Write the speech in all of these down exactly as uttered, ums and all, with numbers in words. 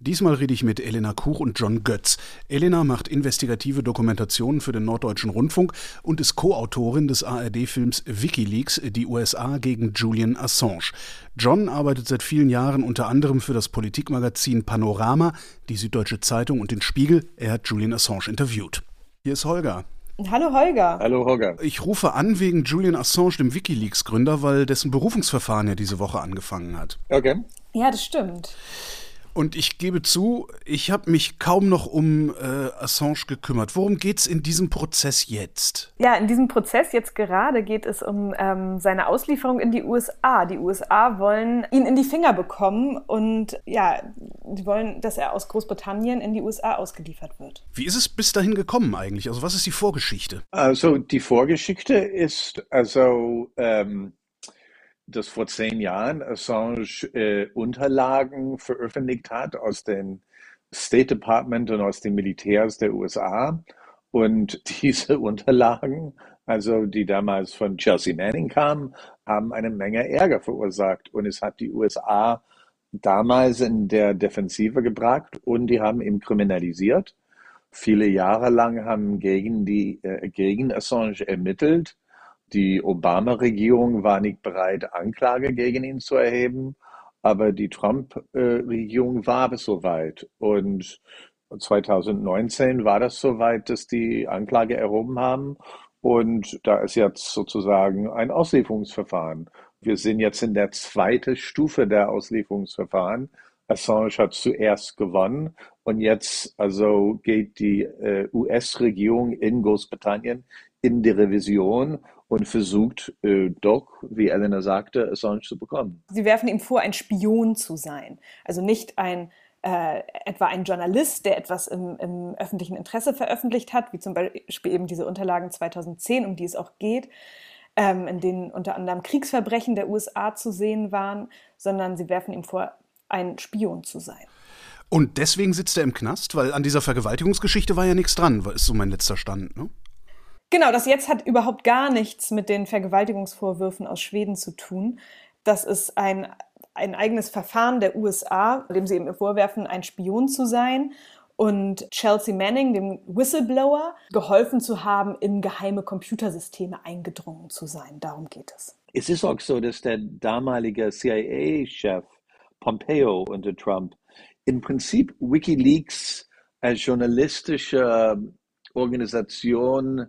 Diesmal rede ich mit Elena Kuch und John Götz. Elena macht investigative Dokumentationen für den Norddeutschen Rundfunk und ist Co-Autorin des A R D-Films WikiLeaks, die U S A gegen Julian Assange. John arbeitet seit vielen Jahren unter anderem für das Politikmagazin Panorama, die Süddeutsche Zeitung und den Spiegel. Er hat Julian Assange interviewt. Hier ist Holger. Hallo Holger. Hallo Holger. Ich rufe an wegen Julian Assange, dem WikiLeaks-Gründer, weil dessen Berufungsverfahren ja diese Woche angefangen hat. Okay. Ja, das stimmt. Und ich gebe zu, ich habe mich kaum noch um äh, Assange gekümmert. Worum geht's in diesem Prozess jetzt? Ja, in diesem Prozess jetzt gerade geht es um ähm, seine Auslieferung in die U S A. Die U S A wollen ihn in die Finger bekommen und ja, die wollen, dass er aus Großbritannien in die U S A ausgeliefert wird. Wie ist es bis dahin gekommen eigentlich? Also was ist die Vorgeschichte? Also die Vorgeschichte ist also ähm dass vor zehn Jahren Assange äh, Unterlagen veröffentlicht hat aus dem State Department und aus den Militärs der U S A. Und diese Unterlagen, also die damals von Chelsea Manning kamen, haben eine Menge Ärger verursacht. Und es hat die U S A damals in der Defensive gebracht und die haben ihn kriminalisiert. Viele Jahre lang haben gegen, die, äh, gegen Assange ermittelt. Die Obama-Regierung war nicht bereit, Anklage gegen ihn zu erheben, aber die Trump-Regierung war es soweit. Und zwanzig neunzehn war das soweit, dass die Anklage erhoben haben. Und da ist jetzt sozusagen ein Auslieferungsverfahren. Wir sind jetzt in der zweiten Stufe der Auslieferungsverfahren. Assange hat zuerst gewonnen und jetzt also geht die äh, U S-Regierung in Großbritannien in die Revision und versucht äh, doch, wie Elena sagte, Assange zu bekommen. Sie werfen ihm vor, ein Spion zu sein. Also nicht ein äh, etwa ein Journalist, der etwas im, im öffentlichen Interesse veröffentlicht hat, wie zum Beispiel eben diese Unterlagen zweitausendzehn, um die es auch geht, ähm, in denen unter anderem Kriegsverbrechen der U S A zu sehen waren, sondern sie werfen ihm vor, ein Spion zu sein. Und deswegen sitzt er im Knast? Weil an dieser Vergewaltigungsgeschichte war ja nichts dran, ist so mein letzter Stand, ne? Genau, das jetzt hat überhaupt gar nichts mit den Vergewaltigungsvorwürfen aus Schweden zu tun. Das ist ein, ein eigenes Verfahren der U S A, in dem sie ihm vorwerfen, ein Spion zu sein und Chelsea Manning, dem Whistleblower, geholfen zu haben, in geheime Computersysteme eingedrungen zu sein. Darum geht es. Es ist auch so, dass der damalige C I A-Chef Pompeo unter Trump im Prinzip WikiLeaks als journalistische Organisation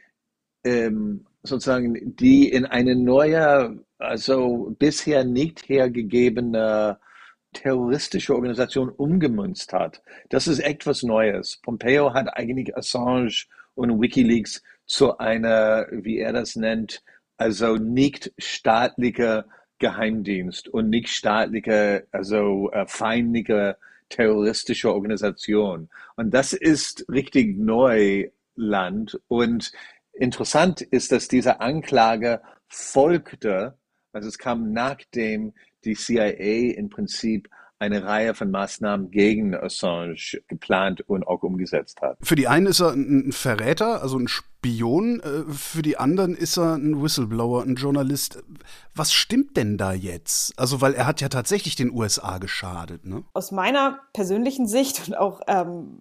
ähm, sozusagen, die in eine neue, also bisher nicht hergegebene terroristische Organisation umgemünzt hat. Das ist etwas Neues. Pompeo hat eigentlich Assange und WikiLeaks zu einer, wie er das nennt, also nicht staatliche Geheimdienst und nicht staatliche, also äh, feindliche terroristische Organisation. Und das ist richtig Neuland. Und interessant ist, dass diese Anklage folgte, also es kam nachdem die C I A im Prinzip eine Reihe von Maßnahmen gegen Assange geplant und auch umgesetzt hat. Für die einen ist er ein Verräter, also ein Spion, für die anderen ist er ein Whistleblower, ein Journalist. Was stimmt denn da jetzt? Also, weil er hat ja tatsächlich den U S A geschadet, ne? Aus meiner persönlichen Sicht und auch ähm,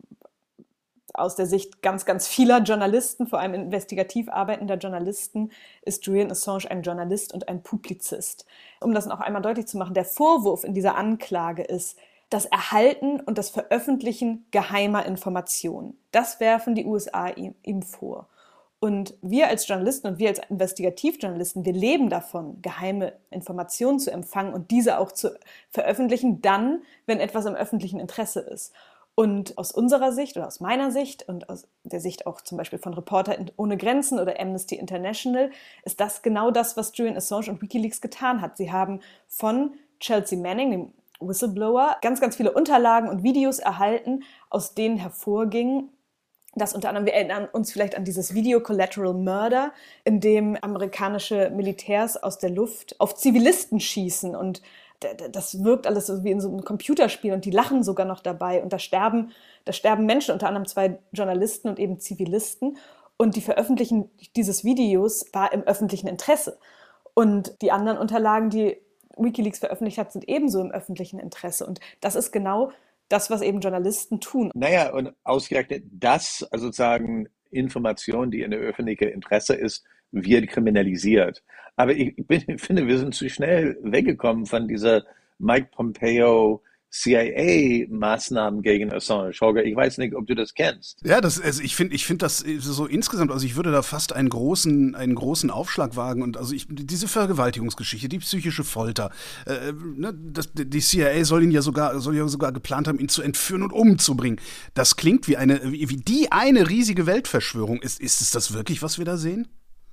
aus der Sicht ganz, ganz vieler Journalisten, vor allem investigativ arbeitender Journalisten, ist Julian Assange ein Journalist und ein Publizist. Um das noch einmal deutlich zu machen, der Vorwurf in dieser Anklage ist das Erhalten und das Veröffentlichen geheimer Informationen. Das werfen die U S A ihm, ihm vor. Und wir als Journalisten und wir als Investigativjournalisten, wir leben davon, geheime Informationen zu empfangen und diese auch zu veröffentlichen, dann, wenn etwas im öffentlichen Interesse ist. Und aus unserer Sicht oder aus meiner Sicht und aus der Sicht auch zum Beispiel von Reporter ohne Grenzen oder Amnesty International ist das genau das, was Julian Assange und WikiLeaks getan hat. Sie haben von Chelsea Manning, dem Whistleblower, ganz, ganz viele Unterlagen und Videos erhalten, aus denen hervorging, dass unter anderem, wir erinnern uns vielleicht an dieses Video Collateral Murder, in dem amerikanische Militärs aus der Luft auf Zivilisten schießen und das wirkt alles so wie in so einem Computerspiel und die lachen sogar noch dabei und da sterben, da sterben Menschen, unter anderem zwei Journalisten und eben Zivilisten und die Veröffentlichen dieses Videos war im öffentlichen Interesse und die anderen Unterlagen, die WikiLeaks veröffentlicht hat, sind ebenso im öffentlichen Interesse und das ist genau das, was eben Journalisten tun. Naja, und ausgerechnet das, also sozusagen Information, die in der öffentlichen Interesse ist, wird kriminalisiert. Aber ich, bin, ich finde, wir sind zu schnell weggekommen von dieser Mike Pompeo C I A-Maßnahmen gegen Assange. Holger, ich weiß nicht, ob du das kennst. Ja, das, also ich finde ich finde das so insgesamt, also ich würde da fast einen großen, einen großen Aufschlag wagen. Und also ich, diese Vergewaltigungsgeschichte, die psychische Folter, äh, ne, das, die C I A soll ihn ja sogar, soll ja sogar geplant haben, ihn zu entführen und umzubringen. Das klingt wie eine, wie, wie die eine riesige Weltverschwörung. Ist, ist es das wirklich, was wir da sehen?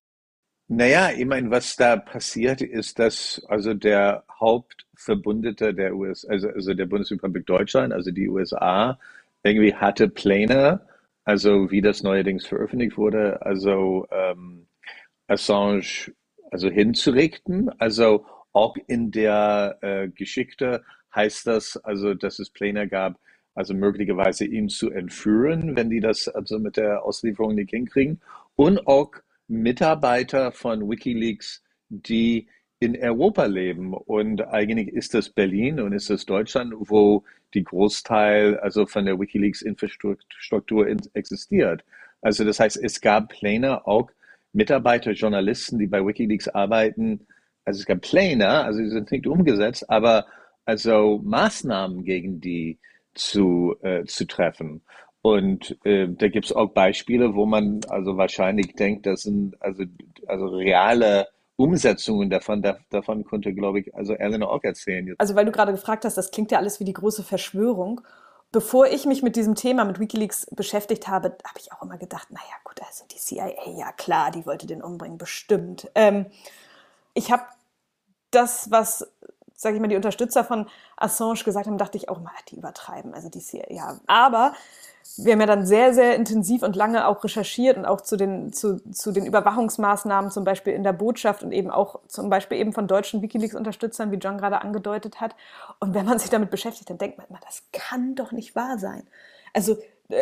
Naja, ich meine, was da passiert ist, dass also der Hauptverbündete der U S, also, also der Bundesrepublik Deutschland, also die U S A, irgendwie hatte Pläne, also wie das neuerdings veröffentlicht wurde, also ähm, Assange also hinzurichten. Also auch in der äh, Geschichte heißt das, also dass es Pläne gab, also möglicherweise ihn zu entführen, wenn die das also mit der Auslieferung nicht hinkriegen. Und auch Mitarbeiter von WikiLeaks, die in Europa leben. Und eigentlich ist das Berlin und ist das Deutschland, wo die Großteil also von der WikiLeaks-Infrastruktur existiert. Also das heißt, es gab Pläne, auch Mitarbeiter, Journalisten, die bei WikiLeaks arbeiten. Also es gab Pläne, also die sind nicht umgesetzt, aber also Maßnahmen gegen die zu, äh, zu treffen. Und äh, da gibt es auch Beispiele, wo man also wahrscheinlich denkt, das sind also, also reale Umsetzungen davon. Da, davon konnte, glaube ich, also Elena auch erzählen. Also weil du gerade gefragt hast, das klingt ja alles wie die große Verschwörung. Bevor ich mich mit diesem Thema, mit WikiLeaks beschäftigt habe, habe ich auch immer gedacht, naja gut, also die C I A, ja klar, die wollte den umbringen, bestimmt. Ähm, ich habe das, was, sage ich mal, die Unterstützer von Assange gesagt haben, dachte ich auch mal, die übertreiben, also die C I A, ja. Aber wir haben ja dann sehr, sehr intensiv und lange auch recherchiert und auch zu den, zu, zu den Überwachungsmaßnahmen, zum Beispiel in der Botschaft und eben auch zum Beispiel eben von deutschen WikiLeaks-Unterstützern, wie John gerade angedeutet hat. Und wenn man sich damit beschäftigt, dann denkt man immer, das kann doch nicht wahr sein. Also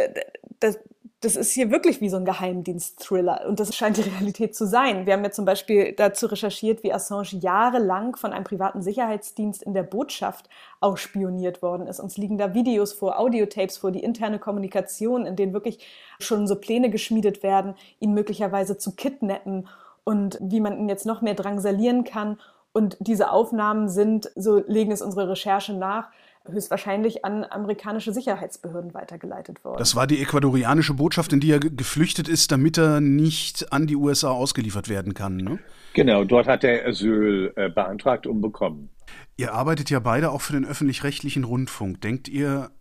das, das ist hier wirklich wie so ein Geheimdienst-Thriller und das scheint die Realität zu sein. Wir haben ja zum Beispiel dazu recherchiert, wie Assange jahrelang von einem privaten Sicherheitsdienst in der Botschaft ausspioniert worden ist. Uns liegen da Videos vor, Audiotapes vor, die interne Kommunikation, in denen wirklich schon so Pläne geschmiedet werden, ihn möglicherweise zu kidnappen und wie man ihn jetzt noch mehr drangsalieren kann. Und diese Aufnahmen sind, so legen es unsere Recherche nach, höchstwahrscheinlich an amerikanische Sicherheitsbehörden weitergeleitet worden. Das war die ecuadorianische Botschaft, in die er geflüchtet ist, damit er nicht an die U S A ausgeliefert werden kann, ne? Genau, dort hat er Asyl äh, beantragt und bekommen. Ihr arbeitet ja beide auch für den öffentlich-rechtlichen Rundfunk. Denkt ihr,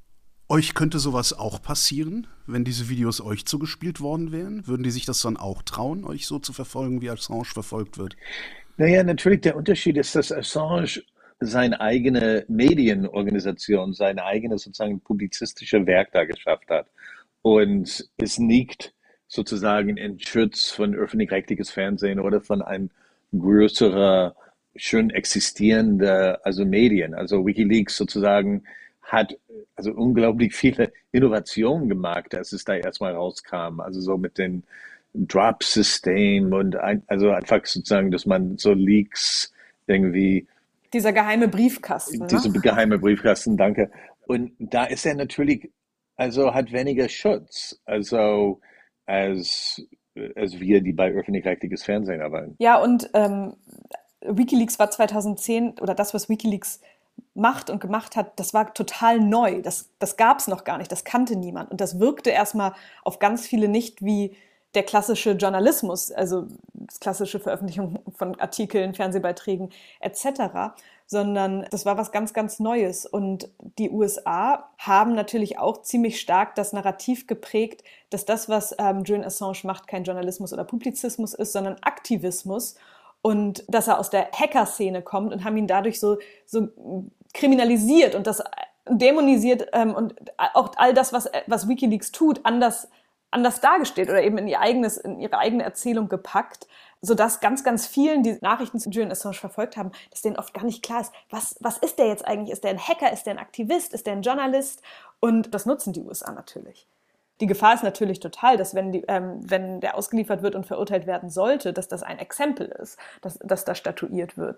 euch könnte sowas auch passieren, wenn diese Videos euch zugespielt worden wären? Würden die sich das dann auch trauen, euch so zu verfolgen, wie Assange verfolgt wird? Naja, natürlich, der Unterschied ist, dass Assange seine eigene Medienorganisation, sein eigenes sozusagen publizistische Werk da geschafft hat. Und es nicht sozusagen in Schutz von öffentlich-rechtliches Fernsehen oder von einem größeren, schon existierenden, also Medien. Also WikiLeaks sozusagen hat also unglaublich viele Innovationen gemacht, als es da erstmal rauskam. Also so mit dem Drop-System und ein, also einfach sozusagen, dass man so Leaks irgendwie Dieser geheime Briefkasten. Diese ne? geheime Briefkasten, danke. Und da ist er natürlich, also hat weniger Schutz, also als, als wir, die bei öffentlich-rechtliches Fernsehen arbeiten. Ja, und ähm, WikiLeaks war zweitausendzehn, oder das, was WikiLeaks macht und gemacht hat, das war total neu. Das, das gab es noch gar nicht, das kannte niemand. Und das wirkte erstmal auf ganz viele nicht wie der klassische Journalismus, also das klassische Veröffentlichung von Artikeln, Fernsehbeiträgen et cetera, sondern das war was ganz, ganz Neues. Und die U S A haben natürlich auch ziemlich stark das Narrativ geprägt, dass das, was ähm, Julian Assange macht, kein Journalismus oder Publizismus ist, sondern Aktivismus. Und dass er aus der Hacker-Szene kommt und haben ihn dadurch so, so kriminalisiert und das dämonisiert ähm, und auch all das, was, was WikiLeaks tut, anders anders dargestellt oder eben in ihr eigenes, in ihre eigene Erzählung gepackt, sodass ganz, ganz vielen, die Nachrichten zu Julian Assange verfolgt haben, dass denen oft gar nicht klar ist, was, was ist der jetzt eigentlich? Ist der ein Hacker? Ist der ein Aktivist? Ist der ein Journalist? Und das nutzen die U S A natürlich. Die Gefahr ist natürlich total, dass wenn, die, ähm, wenn der ausgeliefert wird und verurteilt werden sollte, dass das ein Exempel ist, dass, dass das statuiert wird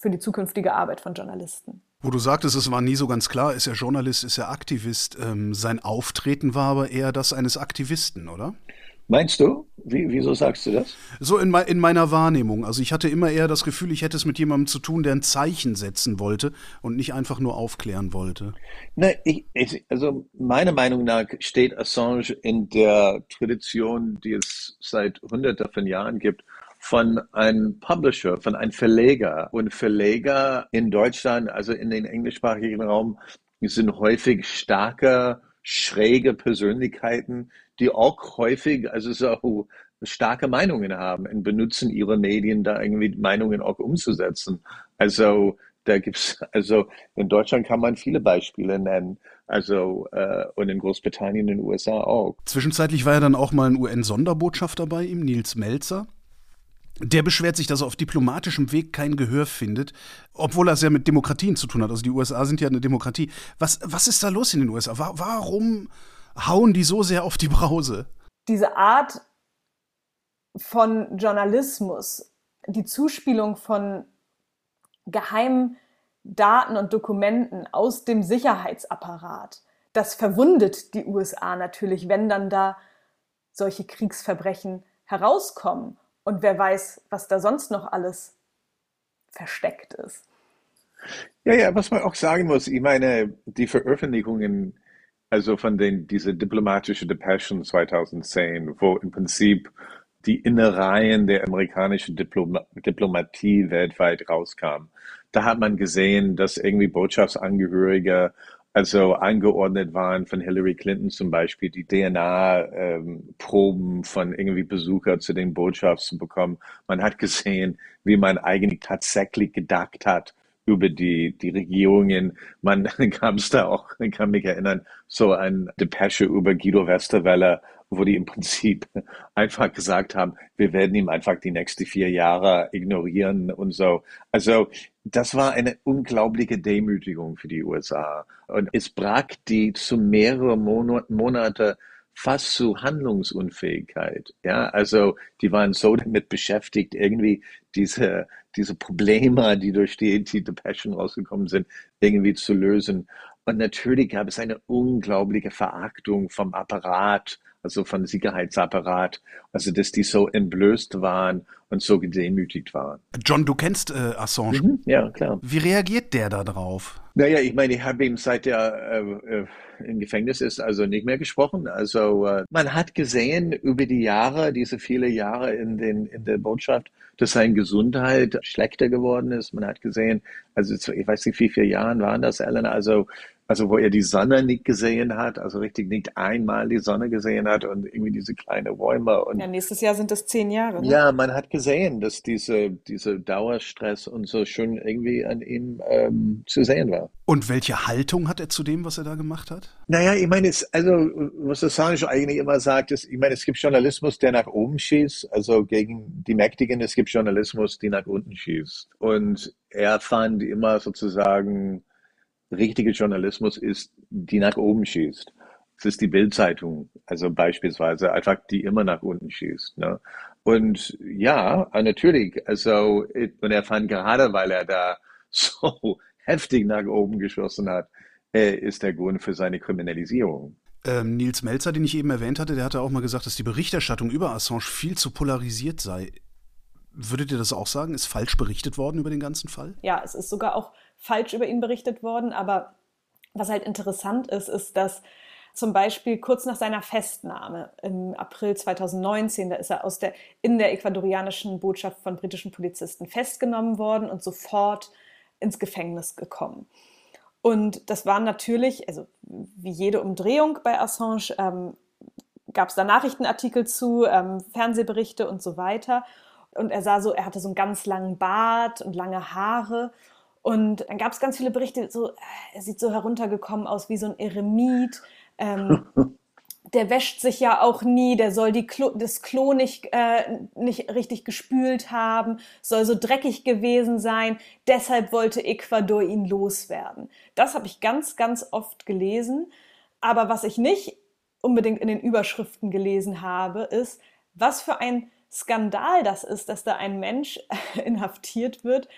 für die zukünftige Arbeit von Journalisten. Wo du sagtest, es war nie so ganz klar, ist er Journalist, ist er Aktivist. Ähm, sein Auftreten war aber eher das eines Aktivisten, oder? Meinst du? Wie, wieso sagst du das? So in, in meiner Wahrnehmung. Also ich hatte immer eher das Gefühl, ich hätte es mit jemandem zu tun, der ein Zeichen setzen wollte und nicht einfach nur aufklären wollte. Na, ich, ich, also meiner Meinung nach steht Assange in der Tradition, die es seit Hunderten von Jahren gibt, von einem Publisher, von einem Verleger. Und Verleger in Deutschland, also in den englischsprachigen Raum, sind häufig starke, schräge Persönlichkeiten, die auch häufig, also so starke Meinungen haben und benutzen ihre Medien, da irgendwie Meinungen auch umzusetzen. Also da gibt's, also in Deutschland kann man viele Beispiele nennen, also äh, und in Großbritannien, in den U S A auch. Zwischenzeitlich war ja dann auch mal ein U N-Sonderbotschafter bei ihm, Nils Melzer. Der beschwert sich, dass er auf diplomatischem Weg kein Gehör findet, obwohl er es ja mit Demokratien zu tun hat. Also die U S A sind ja eine Demokratie. Was, was ist da los in den U S A? Warum hauen die so sehr auf die Brause? Diese Art von Journalismus, die Zuspielung von geheimen Daten und Dokumenten aus dem Sicherheitsapparat, das verwundet die U S A natürlich, wenn dann da solche Kriegsverbrechen herauskommen. Und wer weiß, was da sonst noch alles versteckt ist. Ja, ja, was man auch sagen muss, ich meine, die Veröffentlichungen, also von den, diese diplomatische Depeschen zweitausendzehn, wo im Prinzip die Innereien der amerikanischen Diploma Diplomatie weltweit rauskamen, da hat man gesehen, dass irgendwie Botschaftsangehörige also angeordnet waren von Hillary Clinton zum Beispiel, die D N A-Proben ähm, von irgendwie Besucher zu den Botschaften zu bekommen. Man hat gesehen, wie man eigentlich tatsächlich gedacht hat über die, die Regierungen. Man kam es da auch, ich kann mich erinnern, so ein Depesche über Guido Westerwelle, wo die im Prinzip einfach gesagt haben, wir werden ihm einfach die nächsten vier Jahre ignorieren und so. Also das war eine unglaubliche Demütigung für die U S A. Und es brach die zu mehreren Monate fast zu Handlungsunfähigkeit. Ja, also die waren so damit beschäftigt, irgendwie diese, diese Probleme, die durch die, die Depeschen rausgekommen sind, irgendwie zu lösen. Und natürlich gab es eine unglaubliche Verachtung vom Apparat, also vom Sicherheitsapparat, also dass die so entblößt waren und so gedemütigt waren. John, du kennst äh, Assange. Mhm, ja, klar. Wie reagiert der da drauf? Naja, ich meine, ich habe ihm seit er äh, im Gefängnis ist, also nicht mehr gesprochen. Also äh, man hat gesehen über die Jahre, diese viele Jahre in, den, in der Botschaft, dass seine Gesundheit schlechter geworden ist. Man hat gesehen, also ich weiß nicht, wie viele Jahre waren das, Ellen, also Also wo er die Sonne nicht gesehen hat, also richtig nicht einmal die Sonne gesehen hat und irgendwie diese kleinen Räume. Und ja, nächstes Jahr sind es zehn Jahre. Ne? Ja, man hat gesehen, dass diese, diese Dauerstress und so schon irgendwie an ihm ähm, zu sehen war. Und welche Haltung hat er zu dem, was er da gemacht hat? Naja, ich meine, es, also was Assange eigentlich immer sagt, ist, ich meine, es gibt Journalismus, der nach oben schießt, also gegen die Mächtigen, es gibt Journalismus, die nach unten schießt. Und er fand immer sozusagen, richtige Journalismus ist, die nach oben schießt. Es ist die Bild-Zeitung, also beispielsweise, einfach die immer nach unten schießt. Ne? Und ja, natürlich, also, und er fand gerade, weil er da so heftig nach oben geschossen hat, äh, ist der Grund für seine Kriminalisierung. Ähm, Nils Melzer, den ich eben erwähnt hatte, der hatte auch mal gesagt, dass die Berichterstattung über Assange viel zu polarisiert sei. Würdet ihr das auch sagen? Ist falsch berichtet worden über den ganzen Fall? Ja, es ist sogar auch falsch über ihn berichtet worden, aber was halt interessant ist, ist, dass zum Beispiel kurz nach seiner Festnahme im April zweitausendneunzehn, da ist er aus der, in der ecuadorianischen Botschaft von britischen Polizisten festgenommen worden und sofort ins Gefängnis gekommen. Und das war natürlich, also wie jede Umdrehung bei Assange, ähm, gab es da Nachrichtenartikel zu, ähm, Fernsehberichte und so weiter. Und er sah so, er hatte so einen ganz langen Bart und lange Haare. Und dann gab es ganz viele Berichte, so, er sieht so heruntergekommen aus wie so ein Eremit. Ähm, der wäscht sich ja auch nie, der soll die Klo, das Klo nicht, äh, nicht richtig gespült haben, soll so dreckig gewesen sein. Deshalb wollte Ecuador ihn loswerden. Das habe ich ganz, ganz oft gelesen. Aber was ich nicht unbedingt in den Überschriften gelesen habe, ist, was für ein Skandal das ist, dass da ein Mensch inhaftiert wird,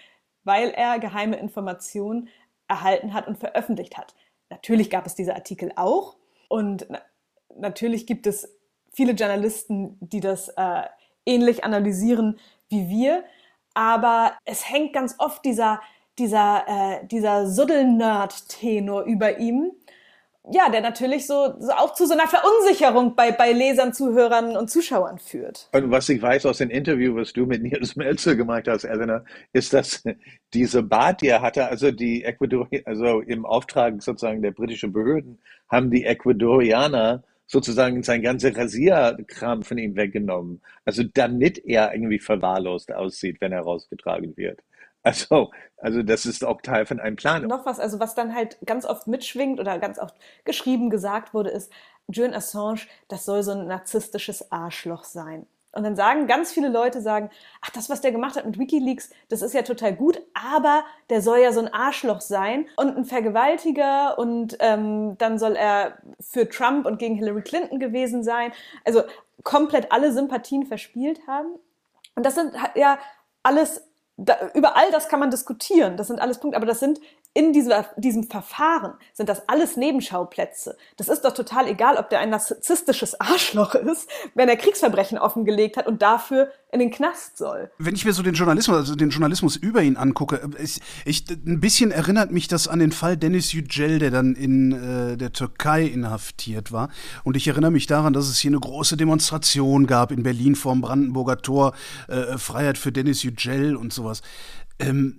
weil er geheime Informationen erhalten hat und veröffentlicht hat. Natürlich gab es diese Artikel auch und na- natürlich gibt es viele Journalisten, die das äh, ähnlich analysieren wie wir, aber es hängt ganz oft dieser, dieser, äh, dieser Suddel-Nerd-Tenor über ihm, ja, der natürlich so, so auch zu so einer Verunsicherung bei, bei Lesern, Zuhörern und Zuschauern führt. Und was ich weiß aus dem Interview, was du mit Nils Melzer gemacht hast, Elena, ist, dass diese Bar, die er hatte, also die Ecuador, also im Auftrag sozusagen der britischen Behörden, haben die Ecuadorianer sozusagen sein ganzer Rasierkram von ihm weggenommen. Also damit er irgendwie verwahrlost aussieht, wenn er rausgetragen wird. Also, also das ist auch Teil von einem Plan. Noch was, also was dann halt ganz oft mitschwingt oder ganz oft geschrieben gesagt wurde, ist, Julian Assange, das soll so ein narzisstisches Arschloch sein. Und dann sagen ganz viele Leute, sagen, ach, das, was der gemacht hat mit WikiLeaks, das ist ja total gut, aber der soll ja so ein Arschloch sein und ein Vergewaltiger und ähm, dann soll er für Trump und gegen Hillary Clinton gewesen sein. Also komplett alle Sympathien verspielt haben. Und das sind ja alles, da, über all das kann man diskutieren, das sind alles Punkte, aber das sind in dieser, diesem Verfahren, sind das alles Nebenschauplätze. Das ist doch total egal, ob der ein narzisstisches Arschloch ist, wenn er Kriegsverbrechen offengelegt hat und dafür in den Knast soll. Wenn ich mir so den Journalismus, also den Journalismus über ihn angucke, ich, ich, ein bisschen erinnert mich das an den Fall Deniz Yücel, der dann in äh, der Türkei inhaftiert war. Und ich erinnere mich daran, dass es hier eine große Demonstration gab in Berlin vorm Brandenburger Tor, äh, Freiheit für Deniz Yücel und sowas. Ähm,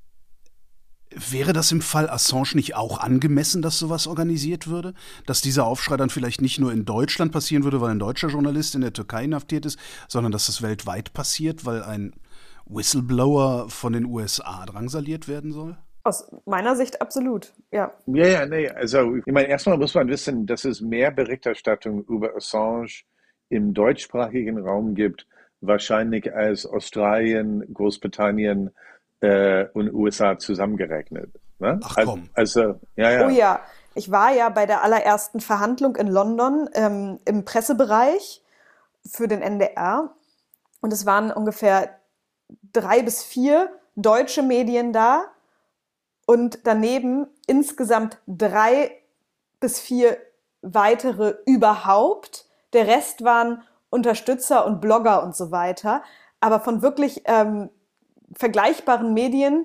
Wäre das im Fall Assange nicht auch angemessen, dass sowas organisiert würde? Dass dieser Aufschrei dann vielleicht nicht nur in Deutschland passieren würde, weil ein deutscher Journalist in der Türkei inhaftiert ist, sondern dass das weltweit passiert, weil ein Whistleblower von den U S A drangsaliert werden soll? Aus meiner Sicht absolut, ja. Ja, ja, nee, also ich meine, erstmal muss man wissen, dass es mehr Berichterstattung über Assange im deutschsprachigen Raum gibt, wahrscheinlich als Australien, Großbritannien äh, und U S A zusammengerechnet. Ne? Ach Also, komm. also, ja, ja. Oh ja, ich war ja bei der allerersten Verhandlung in London ähm, im Pressebereich für den N D R und es waren ungefähr drei bis vier deutsche Medien da und daneben insgesamt drei bis vier weitere überhaupt. Der Rest waren Unterstützer und Blogger und so weiter, aber von wirklich ähm, vergleichbaren Medien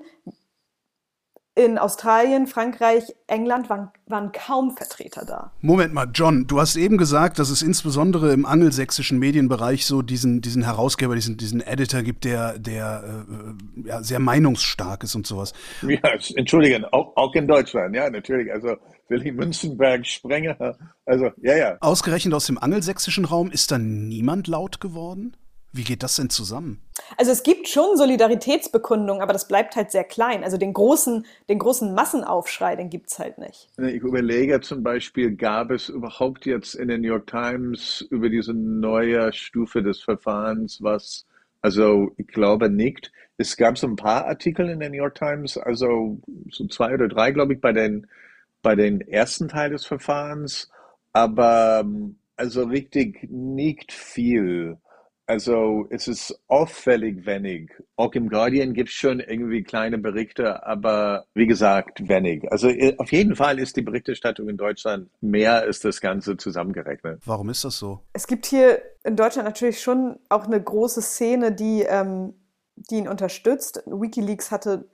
in Australien, Frankreich, England waren, waren kaum Vertreter da. Moment mal, John, du hast eben gesagt, dass es insbesondere im angelsächsischen Medienbereich so diesen, diesen Herausgeber, diesen, diesen Editor gibt, der, der äh, ja, sehr meinungsstark ist und sowas. Ja, entschuldigen, auch, auch in Deutschland, ja, natürlich. Also Willy Münzenberg, Sprenger, also ja, ja. Ausgerechnet aus dem angelsächsischen Raum ist da niemand laut geworden? Wie geht das denn zusammen? Also es gibt schon Solidaritätsbekundungen, aber das bleibt halt sehr klein. Also den großen, den großen Massenaufschrei, den gibt's halt nicht. Ich überlege zum Beispiel, gab es überhaupt jetzt in den New York Times über diese neue Stufe des Verfahrens was? Also ich glaube nicht. Es gab so ein paar Artikel in den New York Times, also so zwei oder drei, glaube ich, bei den, bei den ersten Teil des Verfahrens, aber also richtig nicht viel. Also es ist auffällig wenig. Auch im Guardian gibt es schon irgendwie kleine Berichte, aber wie gesagt, wenig. Also auf jeden Fall ist die Berichterstattung in Deutschland mehr als das Ganze zusammengerechnet. Warum ist das so? Es gibt hier in Deutschland natürlich schon auch eine große Szene, die, ähm, die ihn unterstützt. WikiLeaks hatte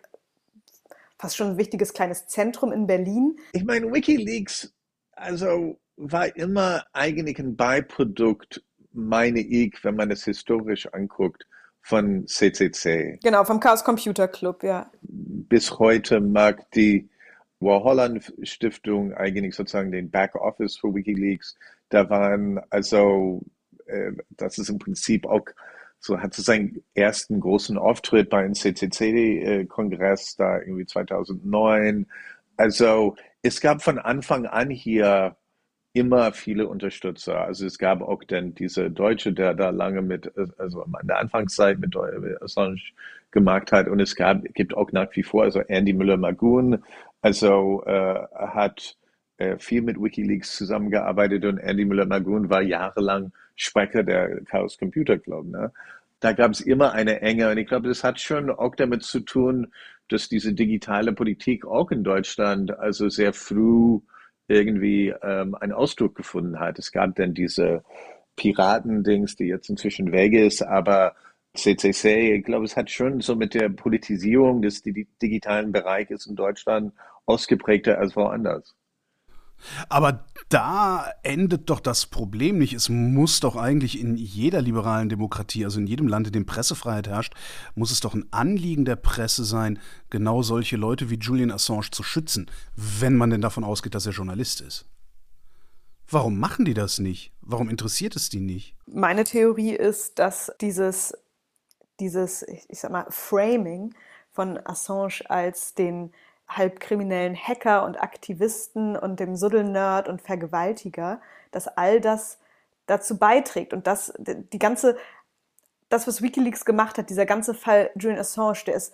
fast schon ein wichtiges kleines Zentrum in Berlin. Ich meine, WikiLeaks, also war immer eigentlich ein Beiprodukt, meine ich, wenn man es historisch anguckt, von C C C. Genau, vom Chaos Computer Club, ja. Bis heute mag die Warholland Stiftung eigentlich sozusagen den Backoffice für WikiLeaks. Da waren also, äh, das ist im Prinzip auch so, hat es seinen ersten großen Auftritt beim C C C-Kongress da irgendwie zweitausendneun. Also es gab von Anfang an hier immer viele Unterstützer. Also es gab auch dann diese Deutsche, der da lange mit, also an der Anfangszeit mit Assange gemacht hat. Und es gab, gibt auch nach wie vor, also Andy Müller-Magun, also äh, hat äh, viel mit WikiLeaks zusammengearbeitet und Andy Müller-Magun war jahrelang Sprecher der Chaos Computer Club. Ne? da gab es immer eine Enge. Und ich glaube, das hat schon auch damit zu tun, dass diese digitale Politik auch in Deutschland also sehr früh irgendwie ähm, einen Ausdruck gefunden hat. Es gab dann diese Piratendings, die jetzt inzwischen weg ist, aber C C C, ich glaube, es hat schon so mit der Politisierung des di- digitalen Bereichs in Deutschland ausgeprägter als woanders. Aber da endet doch das Problem nicht. Es muss doch eigentlich in jeder liberalen Demokratie, also in jedem Land, in dem Pressefreiheit herrscht, muss es doch ein Anliegen der Presse sein, genau solche Leute wie Julian Assange zu schützen, wenn man denn davon ausgeht, dass er Journalist ist. Warum machen die das nicht? Warum interessiert es die nicht? Meine Theorie ist, dass dieses, dieses, ich ich sag mal, Framing von Assange als den halbkriminellen Hacker und Aktivisten und dem Suddelnerd und Vergewaltiger, dass all das dazu beiträgt und das, die ganze, das, was WikiLeaks gemacht hat, dieser ganze Fall Julian Assange, der ist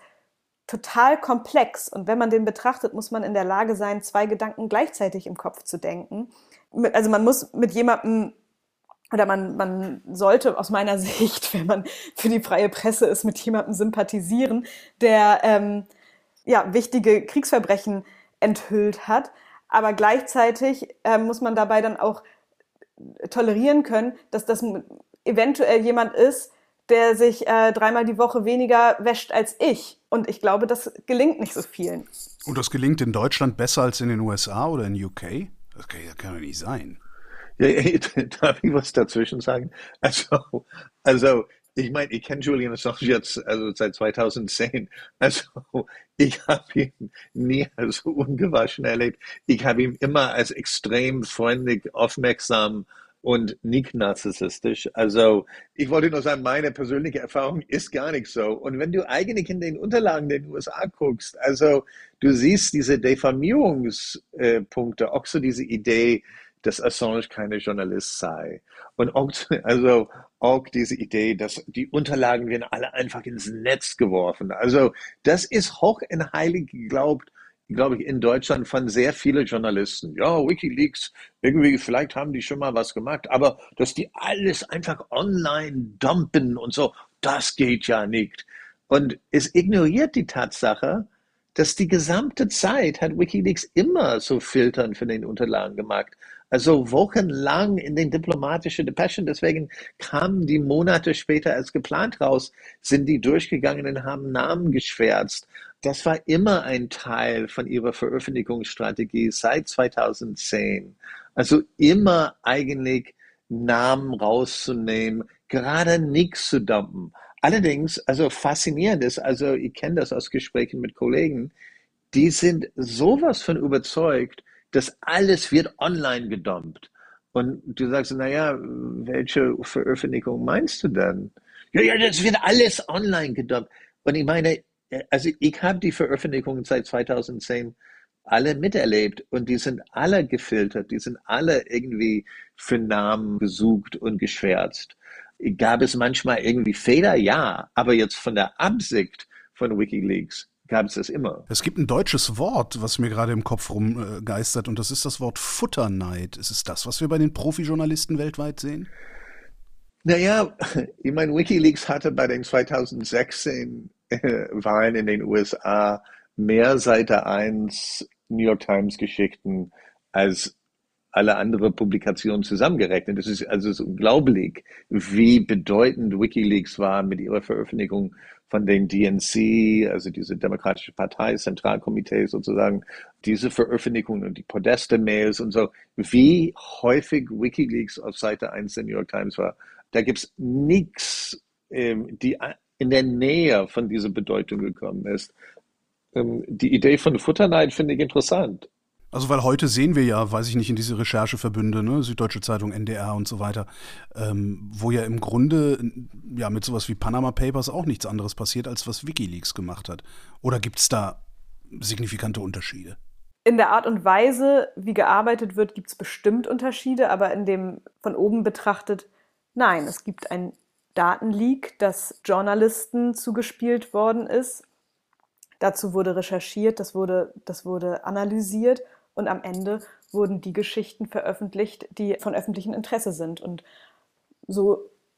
total komplex und wenn man den betrachtet, muss man in der Lage sein, zwei Gedanken gleichzeitig im Kopf zu denken. Also man muss mit jemandem oder man, man sollte aus meiner Sicht, wenn man für die freie Presse ist, mit jemandem sympathisieren, der ähm, ja, wichtige Kriegsverbrechen enthüllt hat. Aber gleichzeitig äh, muss man dabei dann auch tolerieren können, dass das eventuell jemand ist, der sich äh, dreimal die Woche weniger wäscht als ich. Und ich glaube, das gelingt nicht so vielen. Und das gelingt in Deutschland besser als in den U S A oder in U K? Das kann, das kann doch nicht sein. Ja, ja, darf ich was dazwischen sagen? Also, also ich meine, ich kenne Julian Assange jetzt also seit zweitausendzehn. Also ich habe ihn nie als ungewaschen erlebt. Ich habe ihn immer als extrem freundlich, aufmerksam und nicht narzisstisch. Also ich wollte nur sagen, meine persönliche Erfahrung ist gar nicht so. Und wenn du eigentlich in den Unterlagen der U S A guckst, also du siehst diese Diffamierungspunkte, auch so diese Idee, dass Assange keine Journalist sei. Und auch, also auch diese Idee, dass die Unterlagen werden alle einfach ins Netz geworfen. Also das ist hoch in heilig geglaubt, glaube ich, in Deutschland von sehr vielen Journalisten. Ja, WikiLeaks, irgendwie, vielleicht haben die schon mal was gemacht, aber dass die alles einfach online dumpen und so, das geht ja nicht. Und es ignoriert die Tatsache, dass die gesamte Zeit hat WikiLeaks immer so Filtern für den Unterlagen gemacht. Also wochenlang in den diplomatischen Depeschen. Deswegen kamen die Monate später als geplant raus, sind die durchgegangen und haben Namen geschwärzt. Das war immer ein Teil von ihrer Veröffentlichungsstrategie seit zweitausendzehn. Also immer eigentlich Namen rauszunehmen, gerade nichts zu dumpen. Allerdings, also faszinierend ist, also ich kenne das aus Gesprächen mit Kollegen, die sind sowas von überzeugt, dass alles wird online gedumpt. Und du sagst, naja, welche Veröffentlichung meinst du denn? Ja, ja, das wird alles online gedumpt. Und ich meine, also ich habe die Veröffentlichungen seit zweitausendzehn alle miterlebt und die sind alle gefiltert, die sind alle irgendwie für Namen gesucht und geschwärzt. Gab es manchmal irgendwie Fehler? Ja, aber jetzt von der Absicht von WikiLeaks gab es das immer. Es gibt ein deutsches Wort, was mir gerade im Kopf rumgeistert, und das ist das Wort Futterneid. Ist es das, was wir bei den Profijournalisten weltweit sehen? Naja, ich meine, WikiLeaks hatte bei den zweitausendsechzehn äh, Wahlen in den U S A mehr Seite eins New York Times Geschichten als alle andere Publikationen zusammengerechnet. Das ist also so unglaublich, wie bedeutend WikiLeaks war mit ihrer Veröffentlichung von den D N C, also diese Demokratische Partei, Zentralkomitee sozusagen, diese Veröffentlichung und die Podesta-Mails und so, wie häufig WikiLeaks auf Seite eins der New York Times war. Da gibt es nichts, ähm, die in der Nähe von dieser Bedeutung gekommen ist. Ähm, die Idee von Futterneid finde ich interessant. Also weil heute sehen wir ja, weiß ich nicht, in diese Rechercheverbünde, ne, Süddeutsche Zeitung, N D R und so weiter, ähm, wo ja im Grunde ja mit sowas wie Panama Papers auch nichts anderes passiert, als was WikiLeaks gemacht hat. Oder gibt es da signifikante Unterschiede? In der Art und Weise, wie gearbeitet wird, gibt es bestimmt Unterschiede, aber in dem von oben betrachtet, nein, es gibt ein Datenleak, das Journalisten zugespielt worden ist. Dazu wurde recherchiert, das wurde, das wurde analysiert und am Ende wurden die Geschichten veröffentlicht, die von öffentlichem Interesse sind. Und so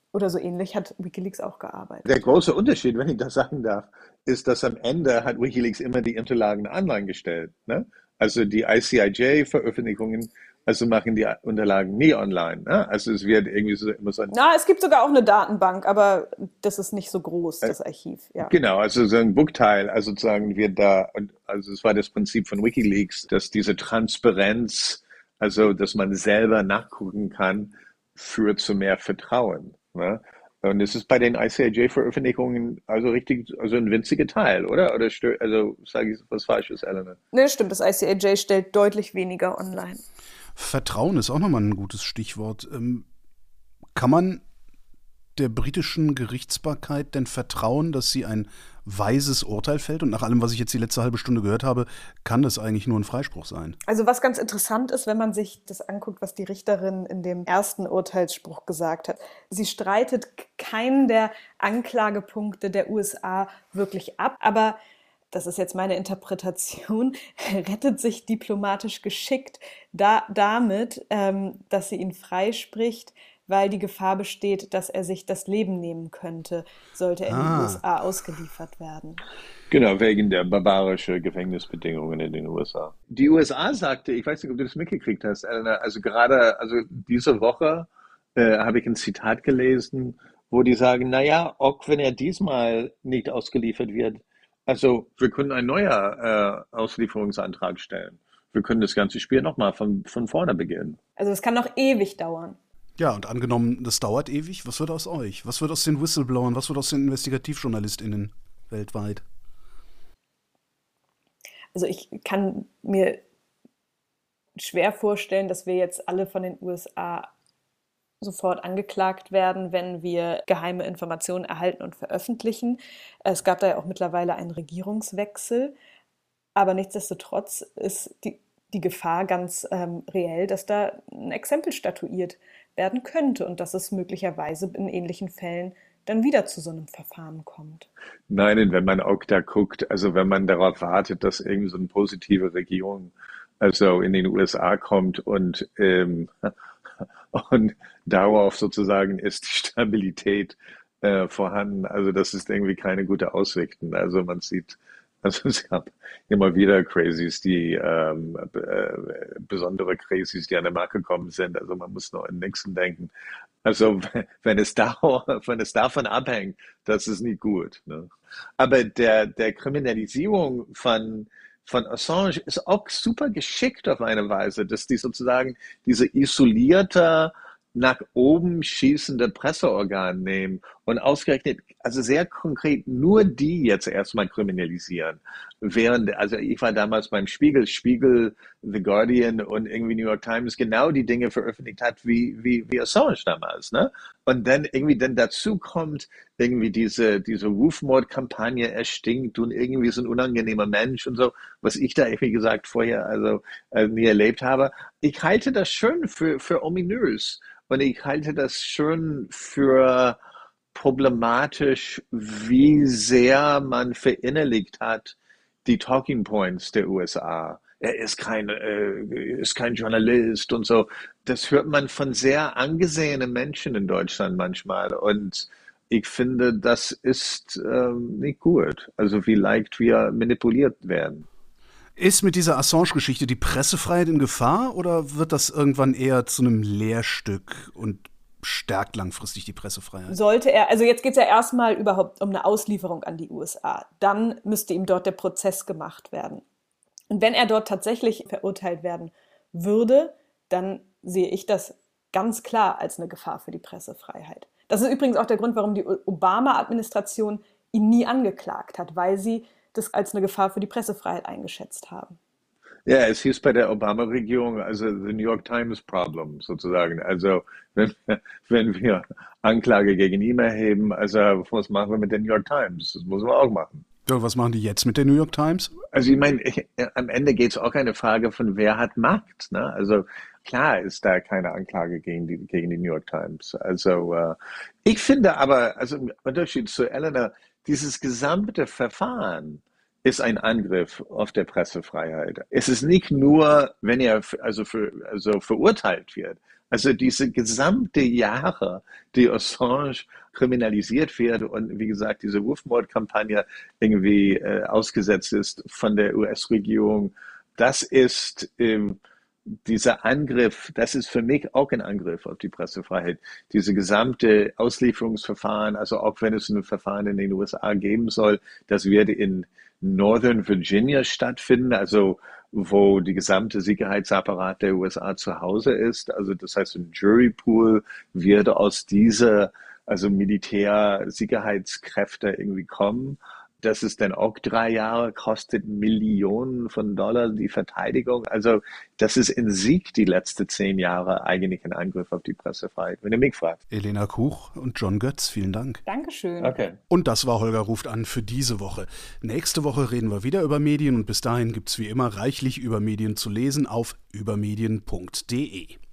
Oder so ähnlich hat Wikileaks auch gearbeitet. Der große Unterschied, wenn ich das sagen darf, ist, dass am Ende hat Wikileaks immer die Unterlagen online gestellt. Ne? Also die I C I J-Veröffentlichungen, also machen die Unterlagen nie online. Ne? Also es wird irgendwie so immer so ein Na, es gibt sogar auch eine Datenbank, aber das ist nicht so groß, äh, das Archiv, ja. genau, also so ein Bookteil, also sozusagen wird da, und also es war das Prinzip von Wikileaks, dass diese Transparenz, also dass man selber nachgucken kann, führt zu mehr Vertrauen. Ne? Und es ist bei den I C I J-Veröffentlichungen also richtig, also ein winziger Teil, oder? Oder stö- also sage ich was Falsches, Elena? Ne, stimmt, das I C I J stellt deutlich weniger online. Vertrauen ist auch nochmal ein gutes Stichwort. Ähm, kann man der britischen Gerichtsbarkeit denn vertrauen, dass sie ein weises Urteil fällt? Und nach allem, was ich jetzt die letzte halbe Stunde gehört habe, kann das eigentlich nur ein Freispruch sein. Also was ganz interessant ist, wenn man sich das anguckt, was die Richterin in dem ersten Urteilsspruch gesagt hat. Sie streitet keinen der Anklagepunkte der U S A wirklich ab, aber das ist jetzt meine Interpretation, rettet sich diplomatisch geschickt da, damit, ähm, dass sie ihn freispricht, weil die Gefahr besteht, dass er sich das Leben nehmen könnte, sollte er in die Ah, U S A ausgeliefert werden. Genau, wegen der barbarischen Gefängnisbedingungen in den U S A. Die U S A sagte, ich weiß nicht, ob du das mitgekriegt hast, Elena, also gerade, also diese Woche äh, habe ich ein Zitat gelesen, wo die sagen, naja, auch wenn er diesmal nicht ausgeliefert wird, also wir können einen neuen äh, Auslieferungsantrag stellen. Wir können das ganze Spiel nochmal von, von vorne beginnen. Also es kann noch ewig dauern. ja, und angenommen, das dauert ewig, was wird aus euch? Was wird aus den Whistleblowern? Was wird aus den InvestigativjournalistInnen weltweit? Also ich kann mir schwer vorstellen, dass wir jetzt alle von den U S A sofort angeklagt werden, wenn wir geheime Informationen erhalten und veröffentlichen. Es gab da ja auch mittlerweile einen Regierungswechsel, aber nichtsdestotrotz ist die, die Gefahr ganz ähm, reell, dass da ein Exempel statuiert werden könnte und dass es möglicherweise in ähnlichen Fällen dann wieder zu so einem Verfahren kommt. Nein, und wenn man auch da guckt, also wenn man darauf wartet, dass irgendwie so eine positive Regierung also in den U S A kommt und, ähm, und darauf sozusagen ist die Stabilität äh, vorhanden. Also das ist irgendwie keine gute Aussichten. Also man sieht, also es gab immer wieder Crazies, die ähm, äh, besondere Crazies, die an der Markt gekommen sind. Also man muss nur an Nixon denken. Also wenn es da, wenn es davon abhängt, das ist nicht gut. Ne? Aber der, der Kriminalisierung von, von Assange ist auch super geschickt auf eine Weise, dass die sozusagen diese isolierte, nach oben schießende Presseorgan nehmen und ausgerechnet, also sehr konkret nur die jetzt erstmal kriminalisieren. Während, also ich war damals beim Spiegel, Spiegel, The Guardian und irgendwie New York Times genau die Dinge veröffentlicht hat wie, wie, wie Assange damals, ne? Und dann irgendwie dann dazu kommt, irgendwie diese, diese Rufmordkampagne, er stinkt und irgendwie so ein unangenehmer Mensch und so, was ich da, wie gesagt, vorher also äh, nie erlebt habe. Ich halte das schon für, für ominös und ich halte das schon für problematisch, wie sehr man verinnerlicht hat, die Talking Points der U S A. Er ist kein, äh, ist kein Journalist und so. Das hört man von sehr angesehenen Menschen in Deutschland manchmal. Und ich finde, das ist ähm, nicht gut. Also wie leicht wir manipuliert werden. Ist mit dieser Assange-Geschichte die Pressefreiheit in Gefahr oder wird das irgendwann eher zu einem Lehrstück und stärkt langfristig die Pressefreiheit? Sollte er, also jetzt geht es ja erstmal überhaupt um eine Auslieferung an die U S A. Dann müsste ihm dort der Prozess gemacht werden. Und wenn er dort tatsächlich verurteilt werden würde, dann sehe ich das ganz klar als eine Gefahr für die Pressefreiheit. Das ist übrigens auch der Grund, warum die Obama-Administration ihn nie angeklagt hat, weil sie das als eine Gefahr für die Pressefreiheit eingeschätzt haben. Ja, es hieß bei der Obama-Regierung, also the New York Times Problem sozusagen. Also wenn, wenn wir Anklage gegen ihn erheben, also was machen wir mit der New York Times? Das muss man auch machen. Ja, was machen die jetzt mit der New York Times? Also ich meine, ich, am Ende geht es auch eine Frage von, wer hat Macht. Ne? Also klar ist da keine Anklage gegen die, gegen die New York Times. Also äh, ich finde aber, also im Unterschied zu Elena, dieses gesamte Verfahren, ist ein Angriff auf der Pressefreiheit. Es ist nicht nur, wenn er also, für, also verurteilt wird. Also diese gesamte Jahre, die Assange kriminalisiert wird und wie gesagt diese Rufmordkampagne irgendwie äh, ausgesetzt ist von der U S-Regierung, das ist ähm, dieser Angriff, das ist für mich auch ein Angriff auf die Pressefreiheit. Diese gesamte Auslieferungsverfahren, also auch wenn es ein Verfahren in den U S A geben soll, das wird in Northern Virginia stattfinden, also wo die gesamte Sicherheitsapparat der U S A zu Hause ist. Also das heißt, ein Jurypool wird aus dieser, also Militärsicherheitskräfte irgendwie kommen. Das ist dann auch drei Jahre, kostet Millionen von Dollar die Verteidigung. Also das ist in sich die letzten zehn Jahre eigentlich ein Angriff auf die Pressefreiheit, wenn ihr mich fragt. Elena Kuch und John Götz, vielen Dank. Dankeschön. Okay. Und das war Holger ruft an für diese Woche. Nächste Woche reden wir wieder über Medien und bis dahin gibt's wie immer reichlich über Medien zu lesen auf übermedien punkt de.